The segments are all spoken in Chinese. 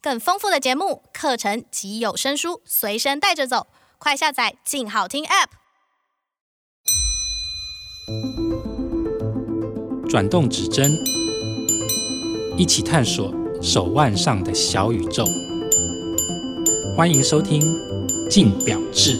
更丰富的节目、课程及有声书随身带着走，快下载静好听 App。 转动指针，一起探索手腕上的小宇宙。欢迎收听《静表志》。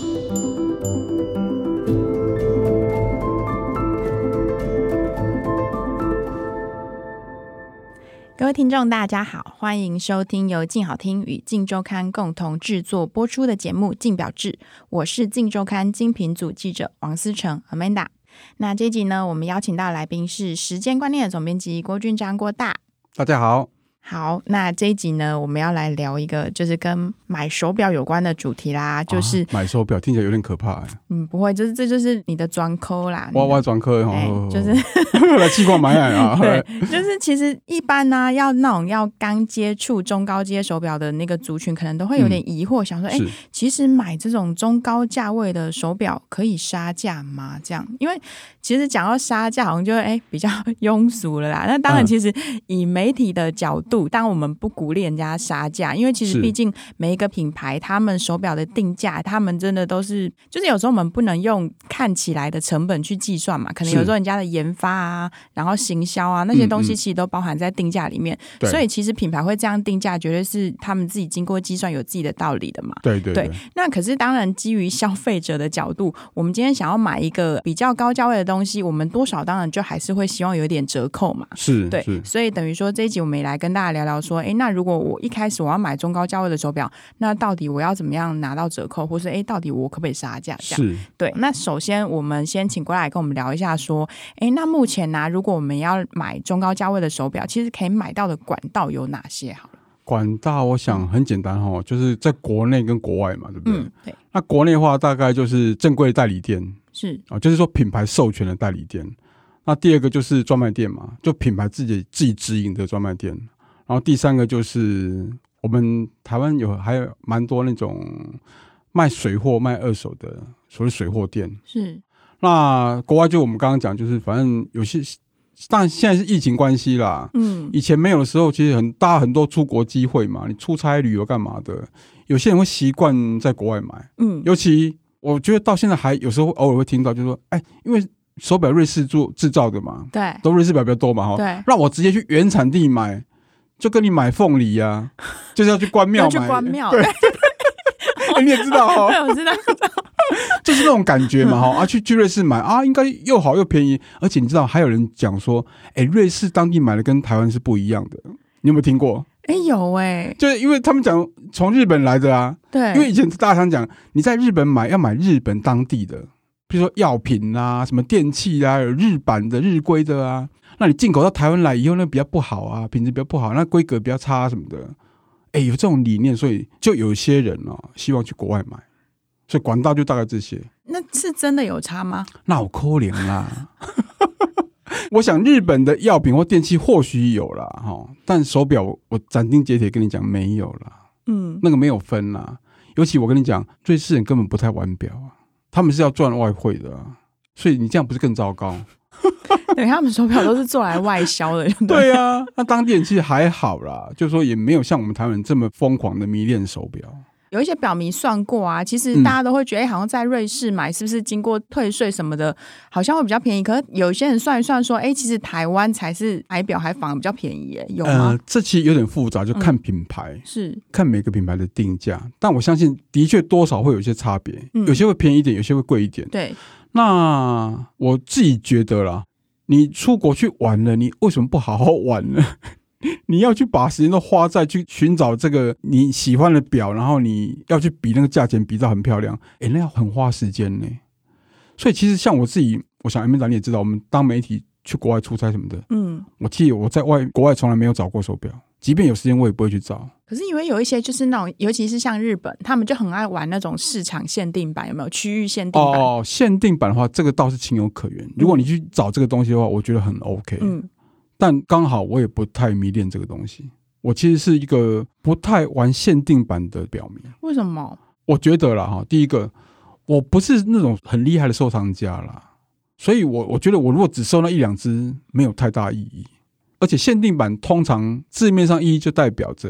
各位听众大家好，欢迎收听由静好听与静周刊共同制作播出的节目《静表志》，我是静周刊精品组记者王思成 Amanda。 那这一集呢，我们邀请到的来宾是时间观念的总编辑郭俊章郭大。 大家好。 好，那这一集呢，我们要来聊一个就是跟买手表有关的主题啦，就是买手表听起来有点可怕。 不会，这就是你的专科啦， 我专科就是来气矿买啊。 对，就是其实一般呢，要刚接触中高阶手表的那个族群，可能都会有点疑惑，想说，其实买这种中高价位的手表可以杀价吗？这样，因为其实讲到杀价，好像就比较庸俗了啦。那当然，其实以媒体的角度，当然我们不鼓励人家杀价，因为其实毕竟每一个品牌他们手表的定价，他们真的都是，就是有时候我们不能用看起来的成本去计算嘛，可能有时候人家的研发啊，然后行销啊，那些东西其实都包含在定价里面。所以其实品牌会这样定价，绝对是他们自己经过计算，有自己的道理的嘛。对。那可是当然基于消费者的角度，我们今天想要买一个比较高价位的东西，我们多少当然就还是会希望有点折扣嘛。对。所以等于说这一集我们也来跟大家聊聊说，那如果我一开始我要买中高价位的手表，那到底我要怎么样拿到折扣，或是到底我可不可以杀价？这样。对。那首先我们先请过来跟我们聊一下说，那目前呢，如果我们要买中高价位的手表，其实可以买到的管道有哪些？好了， 管道我想很简单就是在国内跟国外嘛，对不对？ 对。 那国内的话大概就是正规的代理店， 是就是说品牌授权的代理店。那第二个就是专卖店嘛，就品牌自己直营的专卖店。然后第三个就是我们台湾还有蛮多那种卖水货卖二手的所谓水货店。 是。 那国外就我们刚刚讲，就是反正有些，当然现在是疫情关系啦，以前没有的时候其实大家很多出国机会嘛，你出差旅游干嘛的，有些人会习惯在国外买。尤其我觉得到现在还有时候偶尔会听到就是说，因为手表瑞士制造的嘛， 对， 都瑞士表比较多嘛， 对， 让我直接去原产地买，就跟你买凤梨啊，就是要去关庙买， 要去关庙。 对。你也知道对，我知道。 就是那种感觉嘛，去瑞士买啊，应该又好又便宜，而且你知道还有人讲说，瑞士当地买的跟台湾是不一样的，你有没有听过？ 有就是因为他们讲从日本来的啊， 对， 因为以前大家常讲你在日本买要买日本当地的，比如说药品啊、什么电器啊，有日版的、日规的啊，那你进口到台湾来以后，那比较不好啊，品质比较不好，那规格比较差什么的。有这种理念，所以就有些人希望去国外买，所以管道就大概这些。 那是真的有差吗？ 那我可怜啦。我想日本的药品或电器或许有啦，但手表我斩钉截铁跟你讲没有啦。那个没有分啦。尤其我跟你讲，瑞士人根本不太玩表啊，他们是要赚外汇的啊，所以你这样不是更糟糕？ 对，他们手表都是做来外销的。 对啊，那当地人其实还好啦，就是说也没有像我们台湾人这么疯狂的迷恋手表。 有一些表迷算过啊，其实大家都会觉得好像在瑞士买是不是经过退税什么的，好像会比较便宜。可是有些人算一算说，其实台湾才是买表还反而比较便宜耶，有吗？ 这其实有点复杂，就看品牌， 是看每个品牌的定价。但我相信的确多少会有一些差别，有些会便宜一点，有些会贵一点。 对， 那我自己觉得啦，你出国去玩了，你为什么不好好玩呢？你要去把时间都花在去寻找这个你喜欢的表，然后你要去比那个价钱，比到很漂亮，那要很花时间呢。所以其实像我自己，我想 Amanda 你也知道，我们当媒体去国外出差什么的，我记得我在国外从来没有找过手表，即便有时间我也不会去找。 可是因为有一些就是那种，尤其是像日本，他们就很爱玩那种市场限定版，有没有区域限定版？ 限定版的话，这个倒是情有可原。如果你去找这个东西的话，我觉得很 OK。但刚好我也不太迷恋这个东西，我其实是一个不太玩限定版的表迷。 为什么？ 我觉得啦，第一个，我不是那种很厉害的收藏家啦，所以我觉得我如果只收那一两只，没有太大意义。而且限定版通常字面上意义就代表着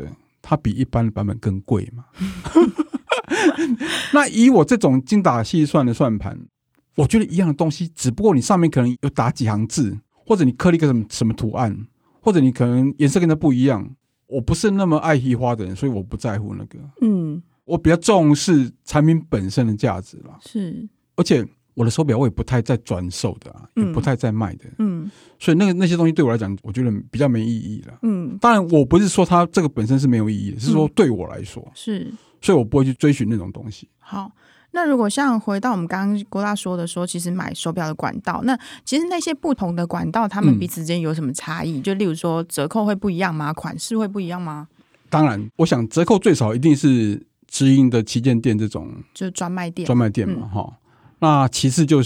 它比一般的版本更贵嘛。那以我这种精打细算的算盘，我觉得一样的东西，只不过你上面可能有打几行字，或者你刻了一个什么图案，或者你可能颜色跟它不一样。我不是那么爱惜花的人，所以我不在乎那个。我比较重视产品本身的价值啦。 是， 而且我的手表我也不太在转售的也不太在卖的。所以那些东西对我来讲，我觉得比较没意义了。当然我不是说它这个本身是没有意义的，是说对我来说是， 所以我不会去追寻那种东西。 好，那如果像回到我们刚刚郭大说的说，其实买手表的管道，那其实那些不同的管道，他们彼此之间有什么差异？就例如说折扣会不一样吗？款式会不一样吗？ 当然，我想折扣最少一定是直营的旗舰店这种， 就是专卖店嘛。那其次就是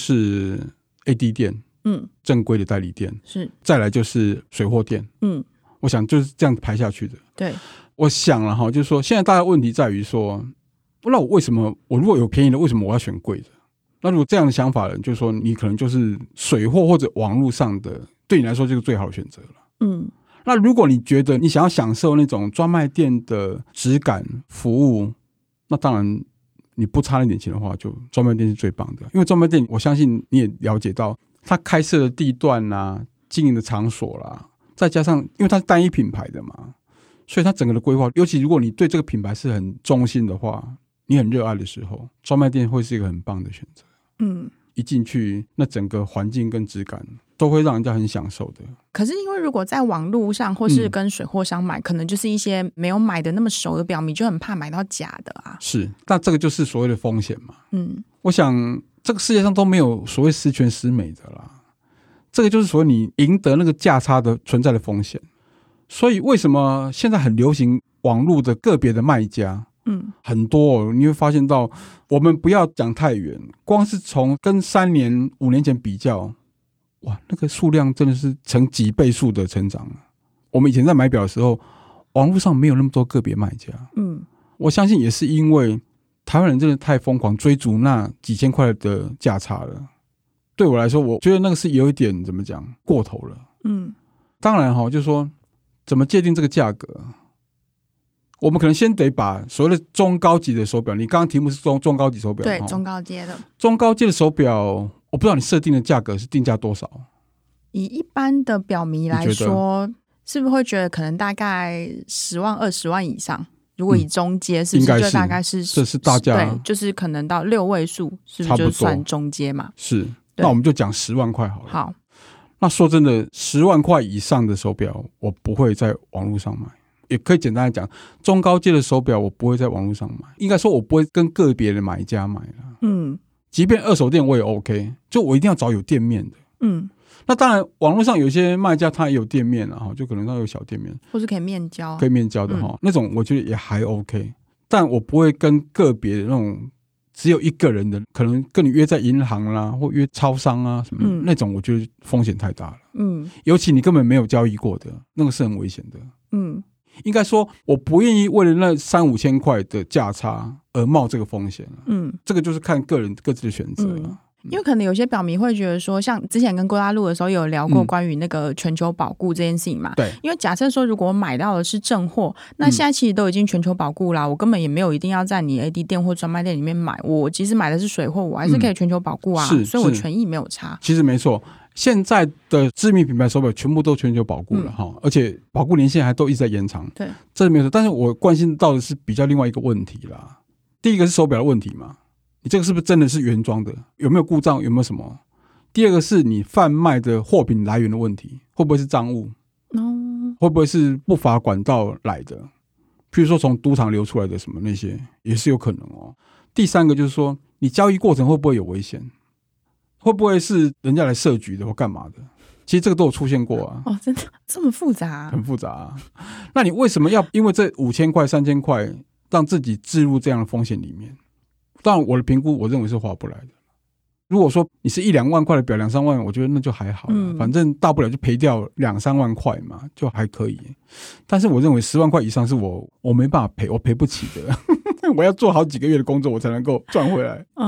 AD 店，正规的代理店，是，再来就是水货店，我想就是这样排下去的。对，我想了哈，就是说现在大家问题在于说，那我如果有便宜的，为什么我要选贵的？那如果这样的想法呢，就是说你可能就是水货或者网络上的，对你来说就是最好的选择了。那如果你觉得你想要享受那种专卖店的质感服务，那当然你不差那点钱的话，就专卖店是最棒的。因为专卖店我相信你也了解到，它开设的地段啦、经营的场所啦，再加上因为它是单一品牌的嘛，所以它整个的规划，尤其如果你对这个品牌是很忠心的话，你很热爱的时候，专卖店会是一个很棒的选择。一进去那整个环境跟质感都会让人家很享受的。可是因为如果在网络上或是跟水货商买，可能就是一些没有买的那么熟的表迷，就很怕买到假的啊。是，那这个就是所谓的风险嘛。我想这个世界上都没有所谓十全十美的啦，这个就是所谓你赢得那个价差的存在的风险。所以为什么现在很流行网络的个别的卖家？很多你会发现到，我们不要讲太远，光是从跟3年5年前比较，哇，那个数量真的是成几倍数的成长。我们以前在买表的时候，网络上没有那么多个别卖家。我相信也是因为台湾人真的太疯狂追逐那几千块的价差了。对我来说，我觉得那个是有一点怎么讲过头了。当然就是说怎么界定这个价格，我们可能先得把所谓的中高级的手表，你刚刚题目是中高级手表，对，中高阶的手表，我不知道你设定的价格是定价多少。以一般的表迷来说，是不是会觉得可能大概10万20万以上？如果以中阶，是不是就大概是这是大家对，就是可能到6位数，是不是就算中阶嘛？是，那我们就讲10万块好了。好，那说真的，10万块以上的手表，我不会在网络上买。也可以简单来讲，中高阶的手表我不会在网络上买，应该说我不会跟个别的买家买了。即便二手店我也 OK， 就我一定要找有店面的。那当然网络上有些卖家他也有店面啊，就可能他有小店面，或是可以面交的那种我觉得也还 OK， 但我不会跟个别的那种只有一个人的，可能跟你约在银行啦，或约超商啊什么那种，我觉得风险太大了。尤其你根本没有交易过的，那个是很危险的。应该说我不愿意为了那3-5千块的价差而冒这个风险。这个就是看个人各自的选择了。因为可能有些表迷会觉得说，像之前跟郭大录的时候有聊过关于那个全球保固这件事情嘛。对，因为假设说如果我买到的是正货，那现在其实都已经全球保固啦，我根本也没有一定要在你 AD 店或专卖店里面买，我即使买的是水货，我还是可以全球保固啊。所以我权益没有差。其实没错，现在的知名品牌手表全部都全球保固了而且保固年限还都一直在延长。对，这没有错。但是我关心到的是比较另外一个问题啦。第一个是手表的问题嘛，你这个是不是真的是原装的？有没有故障？有没有什么？第二个是你贩卖的货品来源的问题，会不会是赃物？会不会是不法管道来的？譬如说从赌场流出来的什么那些，也是有可能哦。第三个就是说，你交易过程会不会有危险？会不会是人家来设局的或干嘛的？其实这个都有出现过啊。真的这么复杂？很复杂啊。那你为什么要因为这5000块、3000块，让自己置入这样的风险里面？当然我的评估我认为是划不来的。如果说你是1-2万块的表2-3万，我觉得那就还好了，反正大不了就赔掉2-3万块嘛，就还可以。但是我认为10万块以上是我没办法赔，我赔不起的。我要做好几个月的工作我才能够赚回来。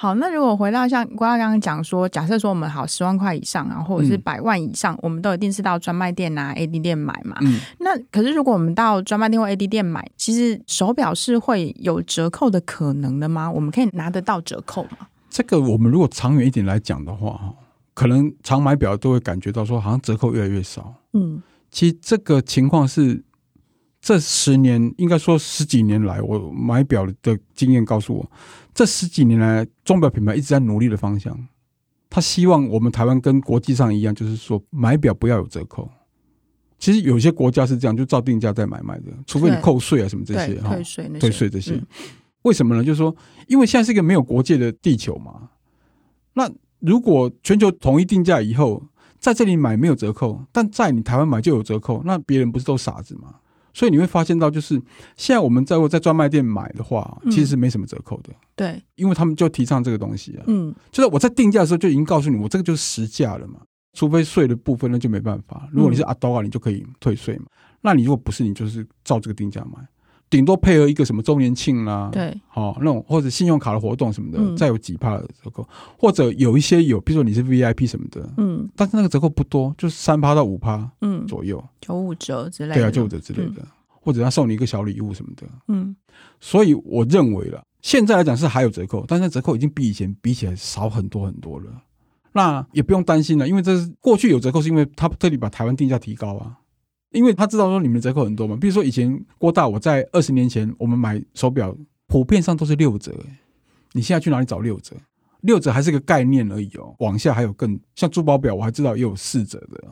好，那如果回到像瓜刚刚讲说，假设说我们好10万块以上啊，或者是100万以上，我们都一定是到专卖店啊 AD 店买嘛。那可是如果我们到专卖店或 AD 店买，其实手表是会有折扣的可能的吗？我们可以拿得到折扣吗？ 这个我们如果长远一点来讲的话，可能常买表都会感觉到说好像折扣越来越少。其实这个情况是这10年，应该说10几年来，我买表的经验告诉我，这10几年来钟表品牌一直在努力的方向，他希望我们台湾跟国际上一样，就是说买表不要有折扣。其实有些国家是这样，就照定价在买卖的，除非你扣税啊什么这些，退税这些。为什么呢？就是说因为现在是一个没有国界的地球嘛，那如果全球统一定价以后，在这里买没有折扣，但在你台湾买就有折扣，那别人不是都傻子吗？所以你会发现到，就是现在我们在专卖店买的话，其实是没什么折扣的。 对， 因为他们就提倡这个东西啊。就是我在定价的时候就已经告诉你，我这个就是实价了嘛，除非税的部分那就没办法。如果你是阿多啊，你就可以退税嘛。那你如果不是，你就是照这个定价买。顶多配合一个什么周年庆啦， 对， 那种或者信用卡的活动什么的，再有几%的折扣，或者有一些比如说你是 VIP 什么的，但是那个折扣不多，就是3%到5%左右 ，95折之类的， 对啊，95折之类的，或者他送你一个小礼物什么的，所以我认为啦，现在来讲是还有折扣，但是折扣已经比以前比起来少很多很多了。那也不用担心了，因为这是过去有折扣，是因为他特地把台湾定价提高啊。因为他知道说你们的折扣很多嘛，比如说以前郭大我在20年前我们买手表普遍上都是6折，你现在去哪里找6折？6折还是个概念而已哦，往下还有更像珠宝表我还知道也有4折的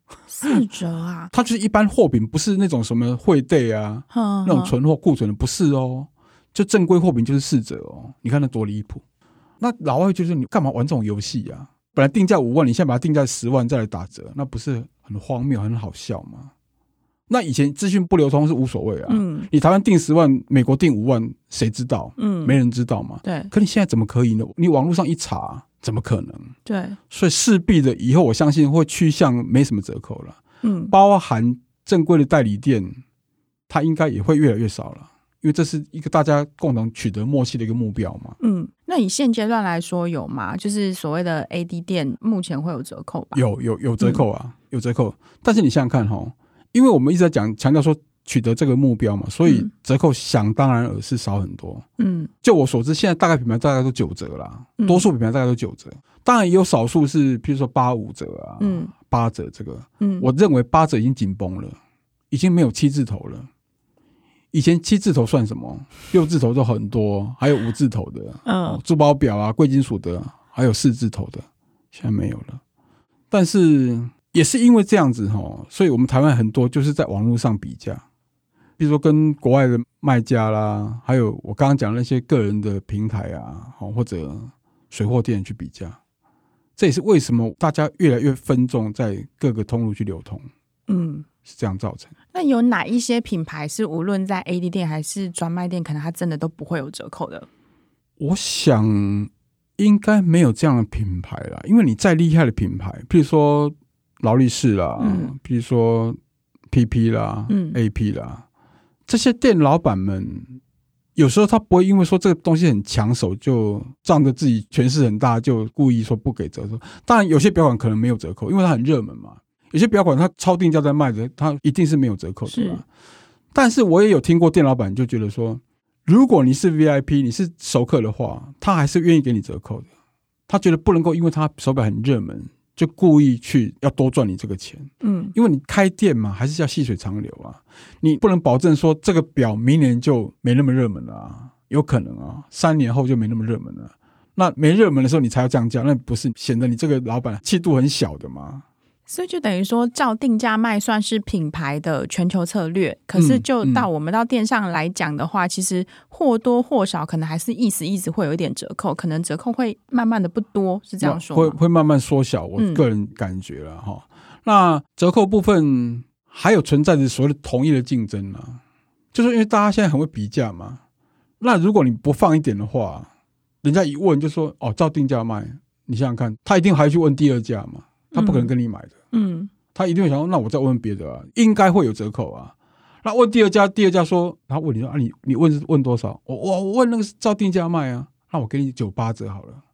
4折啊， 它就是一般货品，不是那种什么汇兑啊那种存货库存的，不是哦，就正规货品就是4折哦，你看那多离谱。那老外就是你干嘛玩这种游戏啊？本来定价5万，你现在把它定价10万再来打折，那不是很荒谬很好笑吗？那以前资讯不流通是无所谓啊，你台湾定10万，美国定5万，谁知道？没人知道嘛。 对。 可你现在怎么可以呢？你网络上一查，怎么可能？ 对。 所以势必的，以后我相信会趋向没什么折扣了。包含正规的代理店，它应该也会越来越少了，因为这是一个大家共同取得默契的一个目标嘛。 那以现阶段来说有吗？就是所谓的 AD 店目前会有折扣吧？ 有折扣啊，有折扣。但是你想想看哈。因为我们一直在强调说取得这个目标嘛，所以折扣想当然尔是少很多。就我所知，现在大概品牌大概都9折啦，多数品牌大概都9折。当然也有少数是，譬如说85折啊，8折这个，我认为8折已经紧绷了，已经没有7字头了。以前7字头算什么？6字头都很多，还有5字头的，珠宝表啊、贵金属的，还有4字头的，现在没有了。但是也是因为这样子所以我们台湾很多就是在网络上比价，比如说跟国外的卖家啦，还有我刚刚讲的那些个人的平台啊，或者水货店去比价。这也是为什么大家越来越分众在各个通路去流通，是这样造成。 那有哪一些品牌是无论在 AD 店还是专卖店，可能它真的都不会有折扣的？ 我想应该没有这样的品牌啦，因为你再厉害的品牌，譬如说劳力士啦，比如说 PP 啦，AP 啦，这些店老板们有时候他不会因为说这个东西很抢手就仗着自己权势很大就故意说不给折扣。当然有些表款可能没有折扣，因为它很热门嘛，有些表款它超定价在卖的，它一定是没有折扣的啦。但是我也有听过店老板就觉得说，如果你是 VIP 你是熟客的话，他还是愿意给你折扣的，他觉得不能够因为他手表很热门就故意去要多赚你这个钱，因为你开店嘛，还是要细水长流啊，你不能保证说这个表明年就没那么热门了啊，有可能啊，3年后就没那么热门了。那没热门的时候你才要降价，那不是显得你这个老板气度很小的吗？ 所以就等于说照定价卖算是品牌的全球策略，可是就到我们到店上来讲的话，其实或多或少可能还是意思会有一点折扣，可能折扣会慢慢的不多，是这样说吗？ 会慢慢缩小，我个人感觉了哈。那折扣部分还有存在着所谓的同业的竞争啊，就是因为大家现在很会比价嘛，那如果你不放一点的话，人家一问就说照定价卖，你想想看，他一定还去问第二价嘛，他不可能跟你买的，他一定会想说，那我再问别的啊，应该会有折扣啊。那问第二家说，他问你说你问多少？我问那个是照定价卖啊，那我给你98折好了。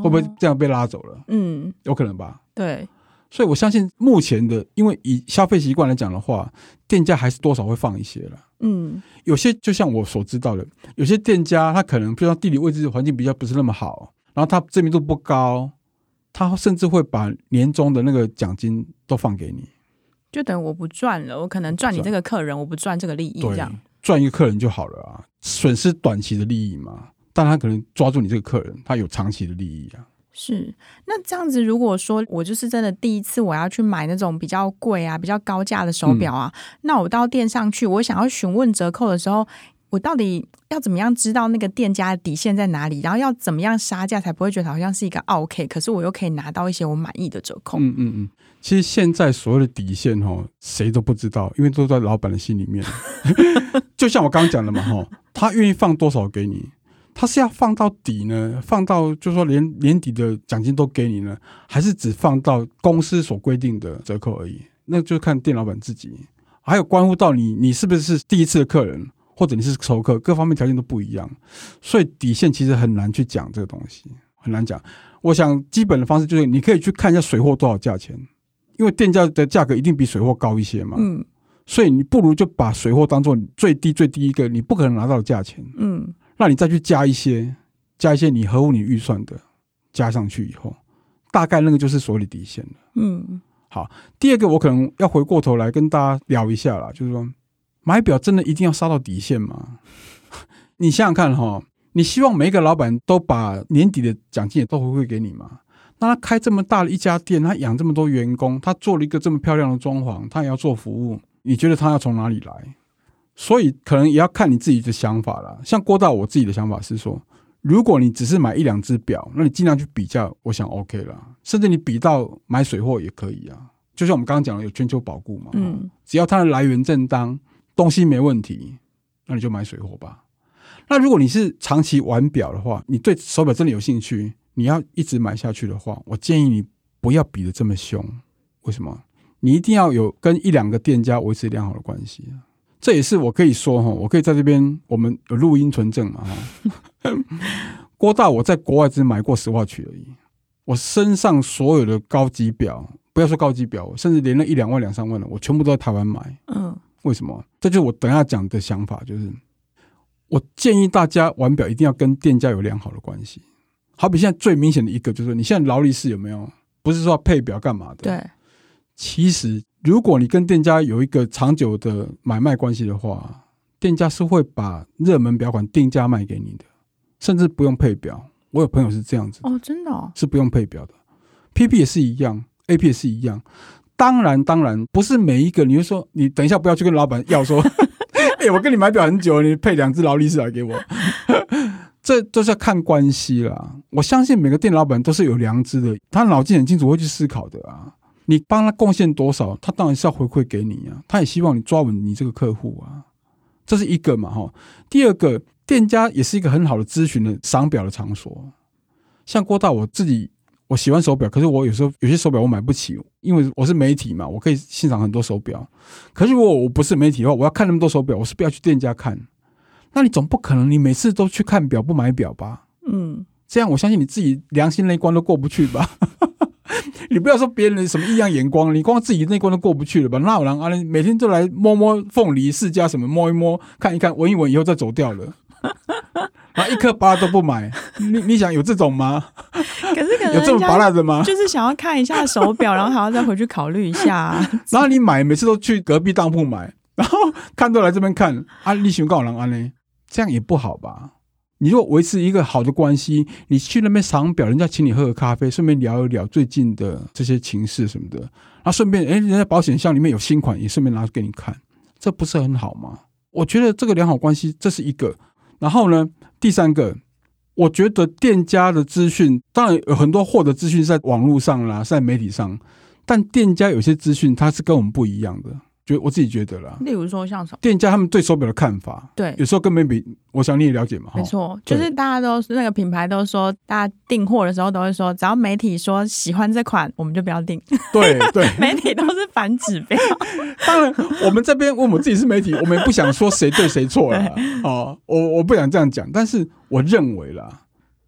会不会这样被拉走了？有可能吧。 对， 所以我相信目前的，因为以消费习惯来讲的话，店家还是多少会放一些了。有些就像我所知道的，有些店家他可能比如说地理位置环境比较不是那么好，然后他知名度不高，他甚至会把年终的那个奖金都放给你， 就等于我不赚了，我可能赚你这个客人，我不赚这个利益，这样赚一个客人就好了啊，损失短期的利益嘛，但他可能抓住你这个客人，他有长期的利益啊。 是，那这样子，如果说我就是真的第一次我要去买那种比较贵啊、比较高价的手表啊，那我到店上去，我想要询问折扣的时候，我到底要怎么样知道那个店家的底线在哪里？然后要怎么样杀价才不会觉得好像是一个 OK， 可是我又可以拿到一些我满意的折扣？ 其实现在所谓的底线谁都不知道，因为都在老板的心里面。就像我刚刚讲的嘛，他愿意放多少给你？他是要放到底呢？放到就是说连年底的奖金都给你呢，还是只放到公司所规定的折扣而已？那就看店老板自己。还有关乎到你是不是第一次的客人，或者你是熟客，各方面条件都不一样，所以底线其实很难去讲这个东西，很难讲。我想基本的方式就是你可以去看一下水货多少价钱，因为店家的价格一定比水货高一些嘛。所以你不如就把水货当做最低一个你不可能拿到的价钱。那你再去加一些你合乎你预算的，加上去以后，大概那个就是所谓的底线了。好，第二个我可能要回过头来跟大家聊一下啦，就是说买表真的一定要杀到底线吗？你想想看你希望每一个老板都把年底的奖金也都回馈给你吗？那他开这么大的一家店，他养这么多员工，他做了一个这么漂亮的装潢，他也要做服务，你觉得他要从哪里来？所以可能也要看你自己的想法啦。像郭大我自己的想法是说，如果你只是买1-2只表，那你尽量去比较，我想 OK 啦。甚至你比到买水货也可以啊。就像我们刚刚讲的有全球保固嘛，只要它的来源正当，东西没问题，那你就买水货吧。那如果你是长期玩表的话，你对手表真的有兴趣，你要一直买下去的话，我建议你不要比得这么凶。为什么？你一定要有跟1-2个店家维持良好的关系啊。这也是我可以说我可以在这边，我们有录音存证嘛。郭大我在国外只买过Swatch而已，我身上所有的高级表，不要说高级表，甚至连那1-2万、2-3万的，我全部都在台湾买。为什么？这就是我等一下讲的想法，就是我建议大家玩表一定要跟店家有良好的关系。好比现在最明显的一个就是你现在劳力士有没有？不是说要配表干嘛的？ 对， 其实如果你跟店家有一个长久的买卖关系的话，店家是会把热门表款定价卖给你的，甚至不用配表。我有朋友是这样子的。 真的是不用配表的。 PP 也是一样， AP 也是一样。当然不是每一个你就说你等一下不要去跟老板要说我跟你买表很久，你配2只劳力士来给我这都是要看关系啦。我相信每个店老板都是有良知的，他脑筋很清楚，会去思考的啊。你帮他贡献多少，他当然是要回馈给你啊，他也希望你抓稳你这个客户啊，这是一个嘛。第二个，店家也是一个很好的咨询的赏表的场所。像郭大我自己，我喜欢手表，可是我有时候有些手表我买不起，因为我是媒体嘛，我可以欣赏很多手表。可是如果我不是媒体的话，我要看那么多手表，我是不要去店家看。那你总不可能你每次都去看表不买表吧？这样我相信你自己良心那一关都过不去吧。你不要说别人的什么异样眼光，你光自己那关都过不去了吧？哪有人每天都来摸摸凤梨世家什么，摸一摸看一看闻一闻以后再走掉了，然后一颗芭乐都不买，你想有这种吗？ 可是有这么芭乐的吗？ 就是想要看一下手表，然后还要再回去考虑一下然后你买每次都去隔壁当铺买，然后看都来这边看你喜欢跟我人呢，这样也不好吧？你如果维持一个好的关系，你去那边赏表，人家请你喝个咖啡，顺便聊一聊最近的这些情势什么的，然后顺便人家保险箱里面有新款也顺便拿给你看，这不是很好吗？我觉得这个良好关系这是一个。然后呢，第三个，我觉得店家的资讯当然有很多获得资讯在网络上啦，在媒体上，但店家有些资讯它是跟我们不一样的，我自己觉得啦。 例如说像什么店家他们对手表的看法，对，有时候根本比，我想你也了解嘛。 没错，就是大家都那个品牌都说，大家订货的时候都会说，只要媒体说喜欢这款，我们就不要订。 对对， 媒体都是反指标。 当然，我们这边我们自己是媒体，我们也不想说谁对谁错啦。我不想这样讲，但是我认为啦，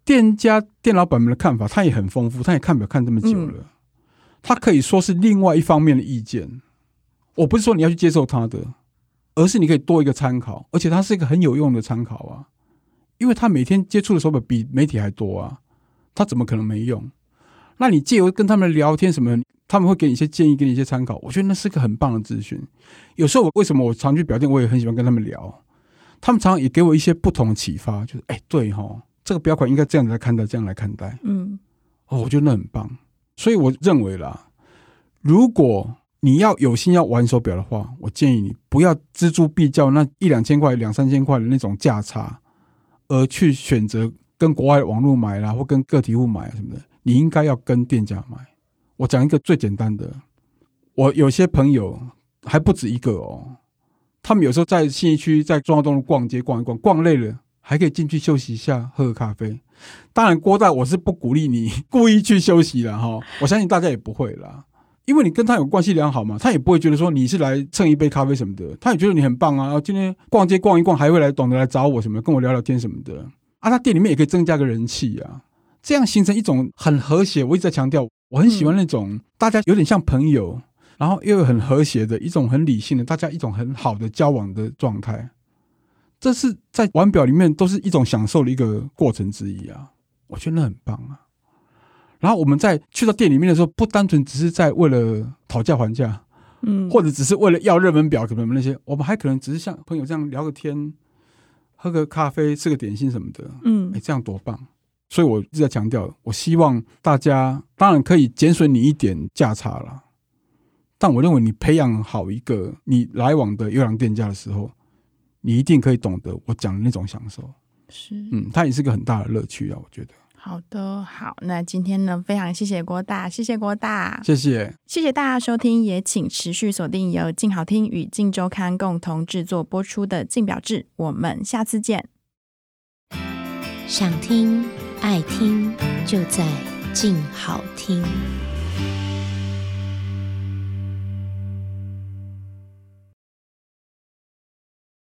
店老板们的看法，他也很丰富，他也看表看这么久了，他可以说是另外一方面的意见。我不是说你要去接受他的，而是你可以多一个参考，而且他是一个很有用的参考啊，因为他每天接触的手表比媒体还多啊，他怎么可能没用？那你借由跟他们聊天什么，他们会给你一些建议，给你一些参考，我觉得那是个很棒的资讯。有时候为什么我常去表店，我也很喜欢跟他们聊，他们常常也给我一些不同的启发，就是对齁，这个表款应该这样来看待，这样来看待。我觉得那很棒。所以我认为啦，如果你要有心要玩手表的话，我建议你不要锱铢必较那1-2千块、2-3千块的那种价差，而去选择跟国外的网络买啦，或跟个体户买什么的。你应该要跟店家买。我讲一个最简单的，我有些朋友还不止一个哦，他们有时候在信义区、在中华东路逛街逛一逛，逛累了还可以进去休息一下，喝个咖啡。当然郭大我是不鼓励你故意去休息啦齁，我相信大家也不会啦，因为你跟他有关系良好嘛，他也不会觉得说你是来蹭一杯咖啡什么的，他也觉得你很棒啊，今天逛街逛一逛还会来懂得来找我什么，跟我聊聊天什么的啊，他店里面也可以增加个人气啊，这样形成一种很和谐。我一直在强调，我很喜欢那种大家有点像朋友，然后又很和谐的一种很理性的，大家一种很好的交往的状态。这是在玩表里面都是一种享受的一个过程之一啊，我觉得那很棒啊。然后我们在去到店里面的时候，不单纯只是在为了讨价还价，或者只是为了要热门表什么那些，我们还可能只是像朋友这样聊个天，喝个咖啡，吃个点心什么的，这样多棒。所以我一直在强调，我希望大家当然可以减损你一点价差啦，但我认为你培养好一个你来往的优良店家的时候，你一定可以懂得我讲的那种享受。 是， 它也是个很大的乐趣啊，我觉得。 好的，好，那今天呢，非常谢谢郭大，谢谢郭大， 谢谢大家收听，也请持续锁定由静好听与静周刊共同制作播出的静表志，我们下次见。 想听爱听就在静好听。